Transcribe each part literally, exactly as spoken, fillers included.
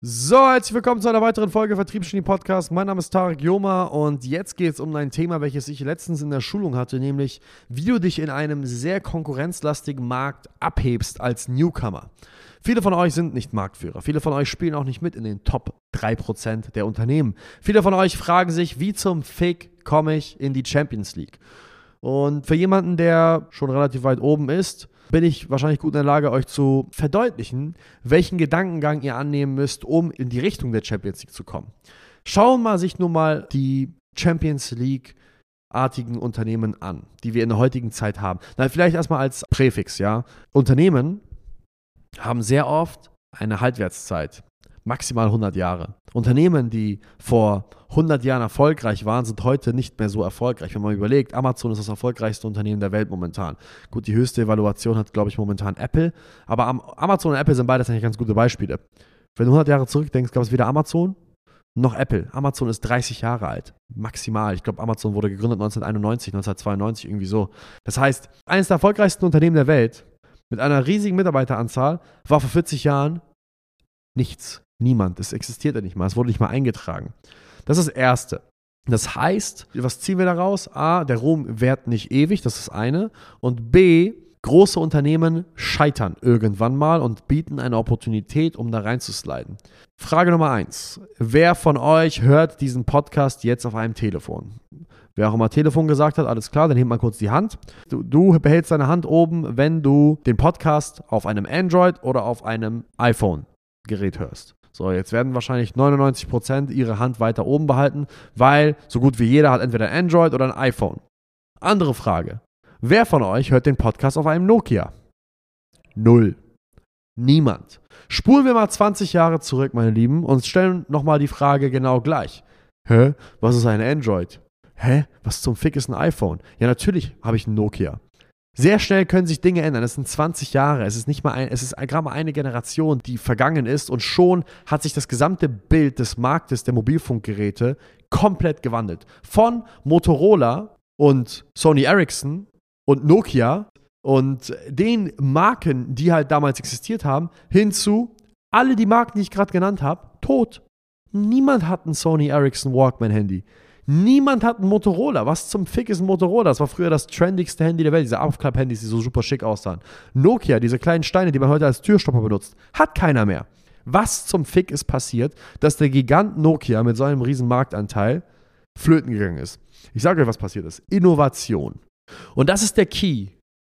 So, herzlich willkommen zu einer weiteren Folge Vertriebsgenie Podcast. Mein Name ist Tarek Joma und jetzt geht es um ein Thema, welches ich letztens in der Schulung hatte, nämlich wie du dich in einem sehr konkurrenzlastigen Markt abhebst als Newcomer. Viele von euch sind nicht Marktführer, viele von euch spielen auch nicht mit in den Top drei Prozent der Unternehmen. Viele von euch fragen sich, wie zum Fick komme ich in die Champions League? Und für jemanden, der schon relativ weit oben ist, bin ich wahrscheinlich gut in der Lage, euch zu verdeutlichen, welchen Gedankengang ihr annehmen müsst, um in die Richtung der Champions League zu kommen. Schauen wir sich nun mal die Champions League-artigen Unternehmen an, die wir in der heutigen Zeit haben. Na, vielleicht erstmal als Präfix, ja. Unternehmen haben sehr oft eine Halbwertszeit, maximal hundert Jahre. Unternehmen, die vor hundert Jahren erfolgreich waren, sind heute nicht mehr so erfolgreich. Wenn man überlegt, Amazon ist das erfolgreichste Unternehmen der Welt momentan. Gut, die höchste Evaluation hat, glaube ich, momentan Apple. Aber Amazon und Apple sind beides eigentlich ganz gute Beispiele. Wenn du hundert Jahre zurückdenkst, gab es weder Amazon noch Apple. Amazon ist dreißig Jahre alt, maximal. Ich glaube, Amazon wurde gegründet neunzehnhunderteinundneunzig, neunzehnhundertzweiundneunzig, irgendwie so. Das heißt, eines der erfolgreichsten Unternehmen der Welt mit einer riesigen Mitarbeiteranzahl war vor vierzig Jahren nichts. Niemand. Es existierte nicht mal. Es wurde nicht mal eingetragen. Das ist das Erste. Das heißt, was ziehen wir daraus? A, der Ruhm währt nicht ewig, das ist das eine. Und B, große Unternehmen scheitern irgendwann mal und bieten eine Opportunität, um da reinzusliden. Frage Nummer eins. Wer von euch hört diesen Podcast jetzt auf einem Telefon? Wer auch immer Telefon gesagt hat, alles klar, dann hebt mal kurz die Hand. Du, du behältst deine Hand oben, wenn du den Podcast auf einem Android oder auf einem iPhone-Gerät hörst. So, jetzt werden wahrscheinlich neunundneunzig Prozent ihre Hand weiter oben behalten, weil so gut wie jeder hat entweder ein Android oder ein iPhone. Andere Frage. Wer von euch hört den Podcast auf einem Nokia? Null. Niemand. Spulen wir mal zwanzig Jahre zurück, meine Lieben, und stellen nochmal die Frage genau gleich. Hä? Was ist ein Android? Hä? Was zum Fick ist ein iPhone? Ja, natürlich habe ich ein Nokia. Sehr schnell können sich Dinge ändern. Es sind zwanzig Jahre. Es ist nicht mal ein, es ist gerade mal eine Generation, die vergangen ist und schon hat sich das gesamte Bild des Marktes der Mobilfunkgeräte komplett gewandelt. Von Motorola und Sony Ericsson und Nokia und den Marken, die halt damals existiert haben, hin zu alle die Marken, die ich gerade genannt habe, tot. Niemand hat ein Sony Ericsson Walkman-Handy. Niemand hat ein Motorola. Was zum Fick ist ein Motorola? Das war früher das trendigste Handy der Welt. Diese Aufklapp-Handys, die so super schick aussahen. Nokia, diese kleinen Steine, die man heute als Türstopper benutzt, hat keiner mehr. Was zum Fick ist passiert, dass der Gigant Nokia mit so einem riesen Marktanteil flöten gegangen ist? Ich sage euch, was passiert ist. Innovation. Und das ist der Key,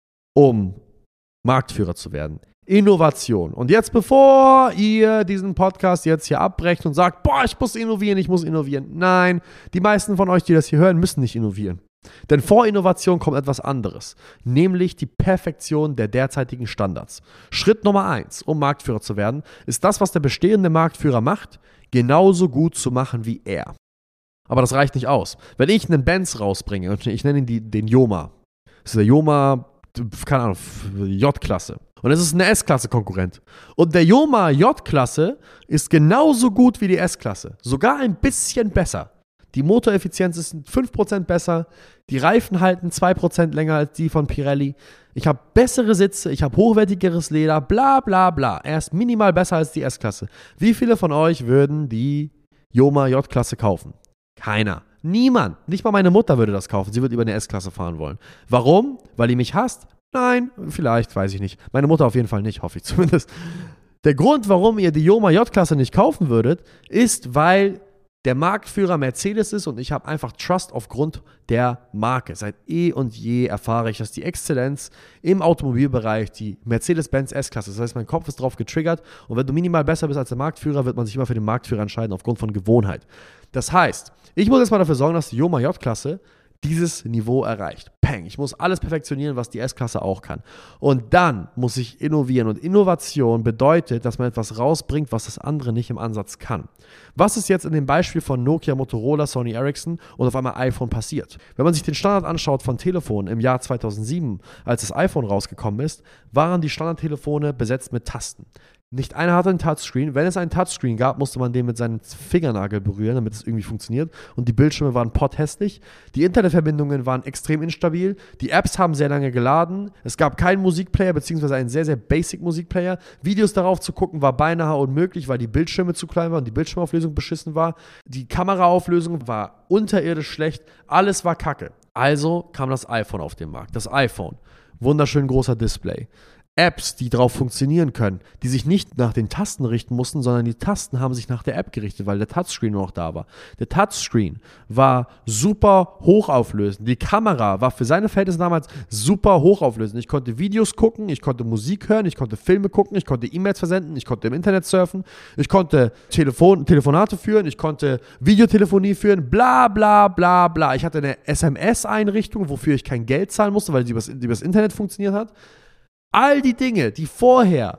um Marktführer zu werden. Innovation. Und jetzt, bevor ihr diesen Podcast jetzt hier abbrecht und sagt, boah, ich muss innovieren, ich muss innovieren. Nein, die meisten von euch, die das hier hören, müssen nicht innovieren. Denn vor Innovation kommt etwas anderes, nämlich die Perfektion der derzeitigen Standards. Schritt Nummer eins, um Marktführer zu werden, ist das, was der bestehende Marktführer macht, genauso gut zu machen wie er. Aber das reicht nicht aus. Wenn ich einen Benz rausbringe, und ich nenne ihn die, den Yoma, das ist der Yoma, keine Ahnung, J-Klasse. Und es ist eine S-Klasse-Konkurrent. Und der Yoma J-Klasse ist genauso gut wie die S-Klasse. Sogar ein bisschen besser. Die Motoreffizienz ist fünf Prozent besser. Die Reifen halten zwei Prozent länger als die von Pirelli. Ich habe bessere Sitze, ich habe hochwertigeres Leder, bla bla bla. Er ist minimal besser als die S-Klasse. Wie viele von euch würden die Yoma J-Klasse kaufen? Keiner. Niemand. Nicht mal meine Mutter würde das kaufen. Sie würde über eine S-Klasse fahren wollen. Warum? Weil die mich hasst? Nein, vielleicht, weiß ich nicht. Meine Mutter auf jeden Fall nicht, hoffe ich zumindest. Der Grund, warum ihr die Yoma J-Klasse nicht kaufen würdet, ist, weil der Marktführer Mercedes ist und ich habe einfach Trust aufgrund der Marke. Seit eh und je erfahre ich, dass die Exzellenz im Automobilbereich die Mercedes-Benz S-Klasse, das heißt, mein Kopf ist drauf getriggert und wenn du minimal besser bist als der Marktführer, wird man sich immer für den Marktführer entscheiden aufgrund von Gewohnheit. Das heißt, ich muss jetzt mal dafür sorgen, dass die Yoma J-Klasse dieses Niveau erreicht. Peng, ich muss alles perfektionieren, was die S-Klasse auch kann. Und dann muss ich innovieren. Und Innovation bedeutet, dass man etwas rausbringt, was das andere nicht im Ansatz kann. Was ist jetzt in dem Beispiel von Nokia, Motorola, Sony Ericsson und auf einmal iPhone passiert? Wenn man sich den Standard anschaut von Telefonen im Jahr zweitausendsieben, als das iPhone rausgekommen ist, waren die Standardtelefone besetzt mit Tasten. Nicht einer hatte einen Touchscreen. Wenn es einen Touchscreen gab, musste man den mit seinem Fingernagel berühren, damit es irgendwie funktioniert. Und die Bildschirme waren potthässlich. Die Internetverbindungen waren extrem instabil. Die Apps haben sehr lange geladen. Es gab keinen Musikplayer, beziehungsweise einen sehr, sehr basic Musikplayer. Videos darauf zu gucken, war beinahe unmöglich, weil die Bildschirme zu klein waren und die Bildschirmauflösung beschissen war. Die Kameraauflösung war unterirdisch schlecht. Alles war kacke. Also kam das iPhone auf den Markt. Das iPhone. Wunderschön großer Display. Apps, die drauf funktionieren können, die sich nicht nach den Tasten richten mussten, sondern die Tasten haben sich nach der App gerichtet, weil der Touchscreen noch da war. Der Touchscreen war super hochauflösend. Die Kamera war für seine Verhältnisse damals super hochauflösend. Ich konnte Videos gucken, ich konnte Musik hören, ich konnte Filme gucken, ich konnte E-Mails versenden, ich konnte im Internet surfen, ich konnte Telefon, Telefonate führen, ich konnte Videotelefonie führen, bla bla bla bla. Ich hatte eine S M S-Einrichtung, wofür ich kein Geld zahlen musste, weil die übers, die übers Internet funktioniert hat. All die Dinge, die vorher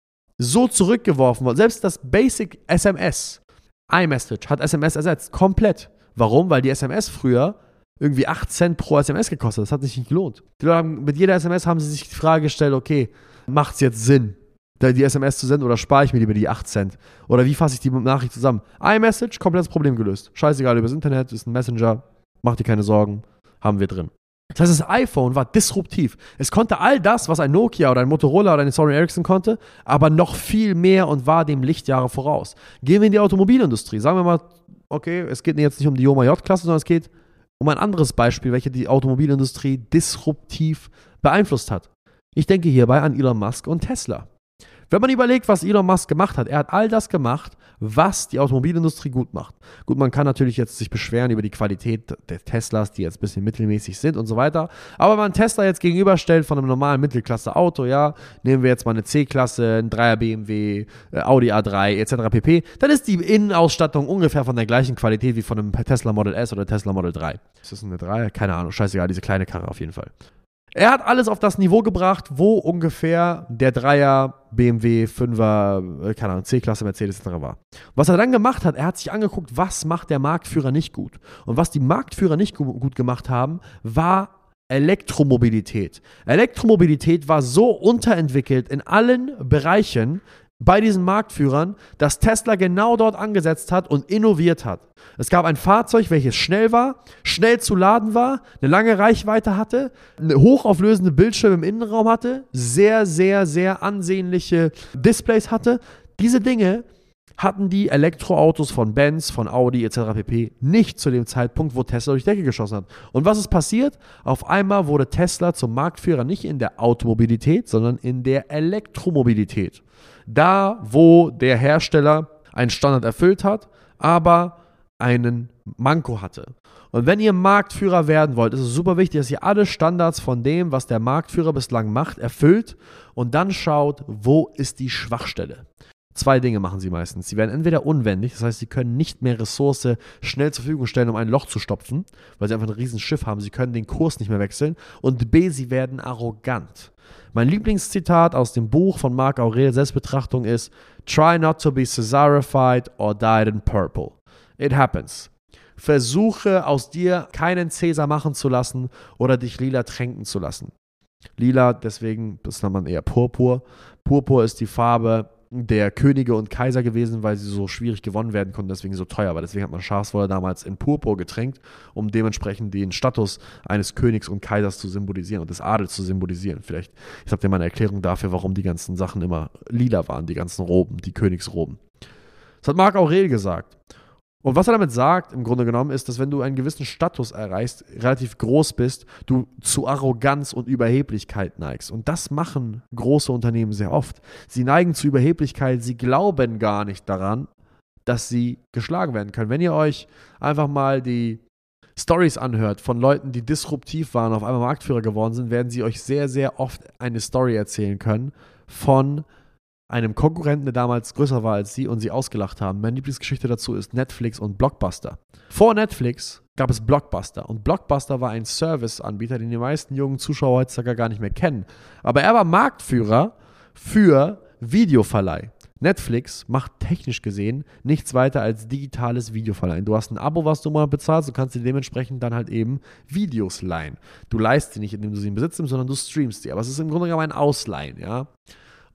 so zurückgeworfen wurden, selbst das Basic S M S, iMessage hat S M S ersetzt, komplett. Warum? Weil die S M S früher irgendwie acht Cent pro S M S gekostet hat. Das hat sich nicht gelohnt. Die Leute haben, mit jeder S M S haben sie sich die Frage gestellt, okay, macht es jetzt Sinn, die S M S zu senden oder spare ich mir lieber die acht Cent? Oder wie fasse ich die Nachricht zusammen? iMessage, komplettes Problem gelöst. Scheißegal, übers Internet, ist ein Messenger, mach dir keine Sorgen, haben wir drin. Das heißt, das iPhone war disruptiv. Es konnte all das, was ein Nokia oder ein Motorola oder ein Sony Ericsson konnte, aber noch viel mehr und war dem Lichtjahre voraus. Gehen wir in die Automobilindustrie. Sagen wir mal, okay, es geht jetzt nicht um die Yoma J-Klasse, sondern es geht um ein anderes Beispiel, welches die Automobilindustrie disruptiv beeinflusst hat. Ich denke hierbei an Elon Musk und Tesla. Wenn man überlegt, was Elon Musk gemacht hat, er hat all das gemacht, was die Automobilindustrie gut macht. Gut, man kann natürlich jetzt sich beschweren über die Qualität der Teslas, die jetzt ein bisschen mittelmäßig sind und so weiter. Aber wenn man Tesla jetzt gegenüberstellt von einem normalen Mittelklasse-Auto, ja, nehmen wir jetzt mal eine C-Klasse, ein Dreier B M W, Audi A drei et cetera pp., dann ist die Innenausstattung ungefähr von der gleichen Qualität wie von einem Tesla Model S oder Tesla Model drei. Ist das eine drei? Keine Ahnung, scheißegal, diese kleine Karre auf jeden Fall. Er hat alles auf das Niveau gebracht, wo ungefähr der Dreier, B M W, Fünfer, keine Ahnung, C-Klasse, Mercedes et cetera war. Was er dann gemacht hat, er hat sich angeguckt, was macht der Marktführer nicht gut. Und was die Marktführer nicht gut gemacht haben, war Elektromobilität. Elektromobilität war so unterentwickelt in allen Bereichen bei diesen Marktführern, dass Tesla genau dort angesetzt hat und innoviert hat. Es gab ein Fahrzeug, welches schnell war, schnell zu laden war, eine lange Reichweite hatte, eine hochauflösende Bildschirme im Innenraum hatte, sehr, sehr, sehr ansehnliche Displays hatte. Diese Dinge hatten die Elektroautos von Benz, von Audi et cetera pp. Nicht zu dem Zeitpunkt, wo Tesla durch die Decke geschossen hat. Und was ist passiert? Auf einmal wurde Tesla zum Marktführer nicht in der Automobilität, sondern in der Elektromobilität. Da, wo der Hersteller einen Standard erfüllt hat, aber einen Manko hatte. Und wenn ihr Marktführer werden wollt, ist es super wichtig, dass ihr alle Standards von dem, was der Marktführer bislang macht, erfüllt und dann schaut, wo ist die Schwachstelle. Zwei Dinge machen sie meistens. Sie werden entweder unwendig, das heißt, sie können nicht mehr Ressource schnell zur Verfügung stellen, um ein Loch zu stopfen, weil sie einfach ein riesen Schiff haben. Sie können den Kurs nicht mehr wechseln. Und B, sie werden arrogant. Mein Lieblingszitat aus dem Buch von Marc Aurel, Selbstbetrachtung, ist: Try not to be Caesarified or dyed in purple. It happens. Versuche aus dir keinen Cäsar machen zu lassen oder dich lila tränken zu lassen. Lila, deswegen, das nennt man eher Purpur. Purpur ist die Farbe der Könige und Kaiser gewesen, weil sie so schwierig gewonnen werden konnten, deswegen so teuer war. Deswegen hat man Schafswolle damals in Purpur getränkt, um dementsprechend den Status eines Königs und Kaisers zu symbolisieren und des Adels zu symbolisieren. Vielleicht, ich habe dir mal eine Erklärung dafür, warum die ganzen Sachen immer lila waren, die ganzen Roben, die Königsroben. Das hat Marc Aurel gesagt. Und was er damit sagt, im Grunde genommen, ist, dass wenn du einen gewissen Status erreichst, relativ groß bist, du zu Arroganz und Überheblichkeit neigst. Und das machen große Unternehmen sehr oft. Sie neigen zu Überheblichkeit, sie glauben gar nicht daran, dass sie geschlagen werden können. Wenn ihr euch einfach mal die Stories anhört von Leuten, die disruptiv waren, auf einmal Marktführer geworden sind, werden sie euch sehr, sehr oft eine Story erzählen können von einem Konkurrenten, der damals größer war als sie und sie ausgelacht haben. Meine Lieblingsgeschichte dazu ist Netflix und Blockbuster. Vor Netflix gab es Blockbuster und Blockbuster war ein Serviceanbieter, den die meisten jungen Zuschauer heutzutage gar nicht mehr kennen. Aber er war Marktführer für Videoverleih. Netflix macht technisch gesehen nichts weiter als digitales Videoverleihen. Du hast ein Abo, was du mal bezahlst, du kannst dir dementsprechend dann halt eben Videos leihen. Du leihst sie nicht, indem du sie in Besitz nimmst, sondern du streamst sie. Aber es ist im Grunde genommen ein Ausleihen, ja.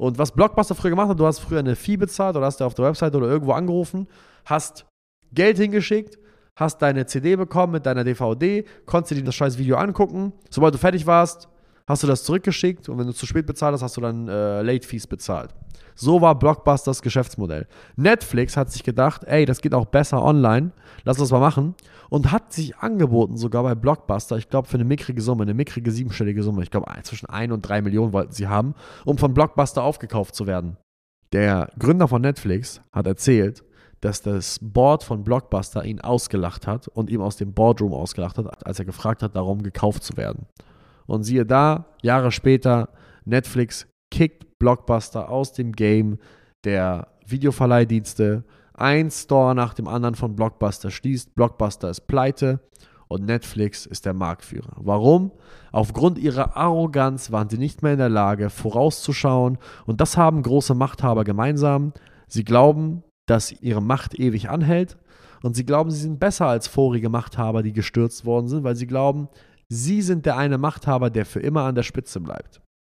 Und was Blockbuster früher gemacht hat, du hast früher eine Fee bezahlt oder hast du auf der Website oder irgendwo angerufen, hast Geld hingeschickt, hast deine C D bekommen mit deiner D V D, konntest dir das scheiß Video angucken. Sobald du fertig warst, hast du das zurückgeschickt und wenn du zu spät bezahlt hast, hast du dann äh, Late Fees bezahlt. So war Blockbusters Geschäftsmodell. Netflix hat sich gedacht, ey, das geht auch besser online, lass uns das mal machen und hat sich angeboten, sogar bei Blockbuster, ich glaube für eine mickrige Summe, eine mickrige siebenstellige Summe, ich glaube zwischen ein und drei Millionen wollten sie haben, um von Blockbuster aufgekauft zu werden. Der Gründer von Netflix hat erzählt, dass das Board von Blockbuster ihn ausgelacht hat und ihm aus dem Boardroom ausgelacht hat, als er gefragt hat, darum gekauft zu werden. Und siehe da, Jahre später, Netflix kickt Blockbuster aus dem Game der Videoverleihdienste. Ein Store nach dem anderen von Blockbuster schließt. Blockbuster ist pleite und Netflix ist der Marktführer. Warum? Aufgrund ihrer Arroganz waren sie nicht mehr in der Lage, vorauszuschauen. Und das haben große Machthaber gemeinsam. Sie glauben, dass ihre Macht ewig anhält. Und sie glauben, sie sind besser als vorige Machthaber, die gestürzt worden sind, weil sie glauben, sie sind der eine Machthaber, der für immer an der Spitze bleibt.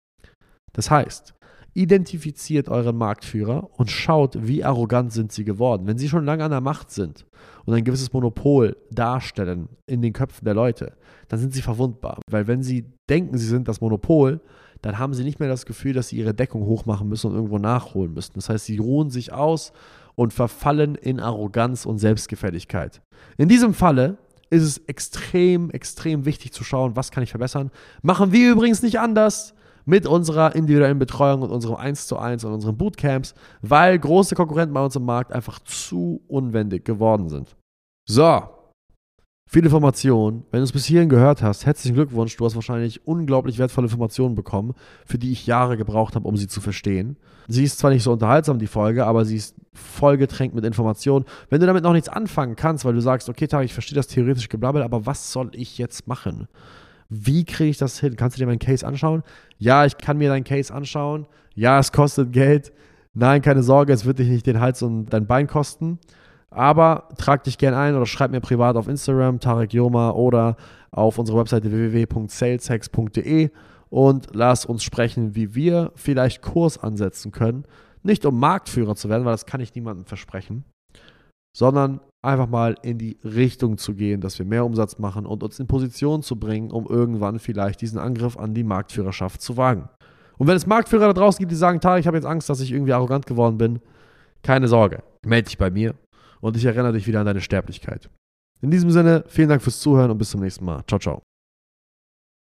Das heißt, identifiziert euren Marktführer und schaut, wie arrogant sind sie geworden. Wenn sie schon lange an der Macht sind und ein gewisses Monopol darstellen in den Köpfen der Leute, dann sind sie verwundbar. Weil wenn sie denken, sie sind das Monopol, dann haben sie nicht mehr das Gefühl, dass sie ihre Deckung hochmachen müssen und irgendwo nachholen müssen. Das heißt, sie ruhen sich aus und verfallen in Arroganz und Selbstgefälligkeit. In diesem Falle ist es extrem, extrem wichtig zu schauen, was kann ich verbessern. Machen wir übrigens nicht anders mit unserer individuellen Betreuung und unserem eins zu eins und unseren Bootcamps, weil große Konkurrenten bei uns im Markt einfach zu unwendig geworden sind. So, viele Informationen. Wenn du es bis hierhin gehört hast, herzlichen Glückwunsch. Du hast wahrscheinlich unglaublich wertvolle Informationen bekommen, für die ich Jahre gebraucht habe, um sie zu verstehen. Sie ist zwar nicht so unterhaltsam, die Folge, aber sie ist vollgetränkt mit Informationen. Wenn du damit noch nichts anfangen kannst, weil du sagst, okay, Tag, ich verstehe das theoretische Geblabbel, aber was soll ich jetzt machen? Wie kriege ich das hin? Kannst du dir meinen Case anschauen? Ja, ich kann mir deinen Case anschauen. Ja, es kostet Geld. Nein, keine Sorge, es wird dich nicht den Hals und dein Bein kosten. Aber trag dich gerne ein oder schreib mir privat auf Instagram, Tarek Yoma, oder auf unserer Webseite w w w punkt saleshacks punkt d e und lass uns sprechen, wie wir vielleicht Kurs ansetzen können. Nicht um Marktführer zu werden, weil das kann ich niemandem versprechen, sondern einfach mal in die Richtung zu gehen, dass wir mehr Umsatz machen und uns in Position zu bringen, um irgendwann vielleicht diesen Angriff an die Marktführerschaft zu wagen. Und wenn es Marktführer da draußen gibt, die sagen, Tarek, ich habe jetzt Angst, dass ich irgendwie arrogant geworden bin, keine Sorge, melde dich bei mir und ich erinnere dich wieder an deine Sterblichkeit. In diesem Sinne, vielen Dank fürs Zuhören und bis zum nächsten Mal. Ciao, ciao.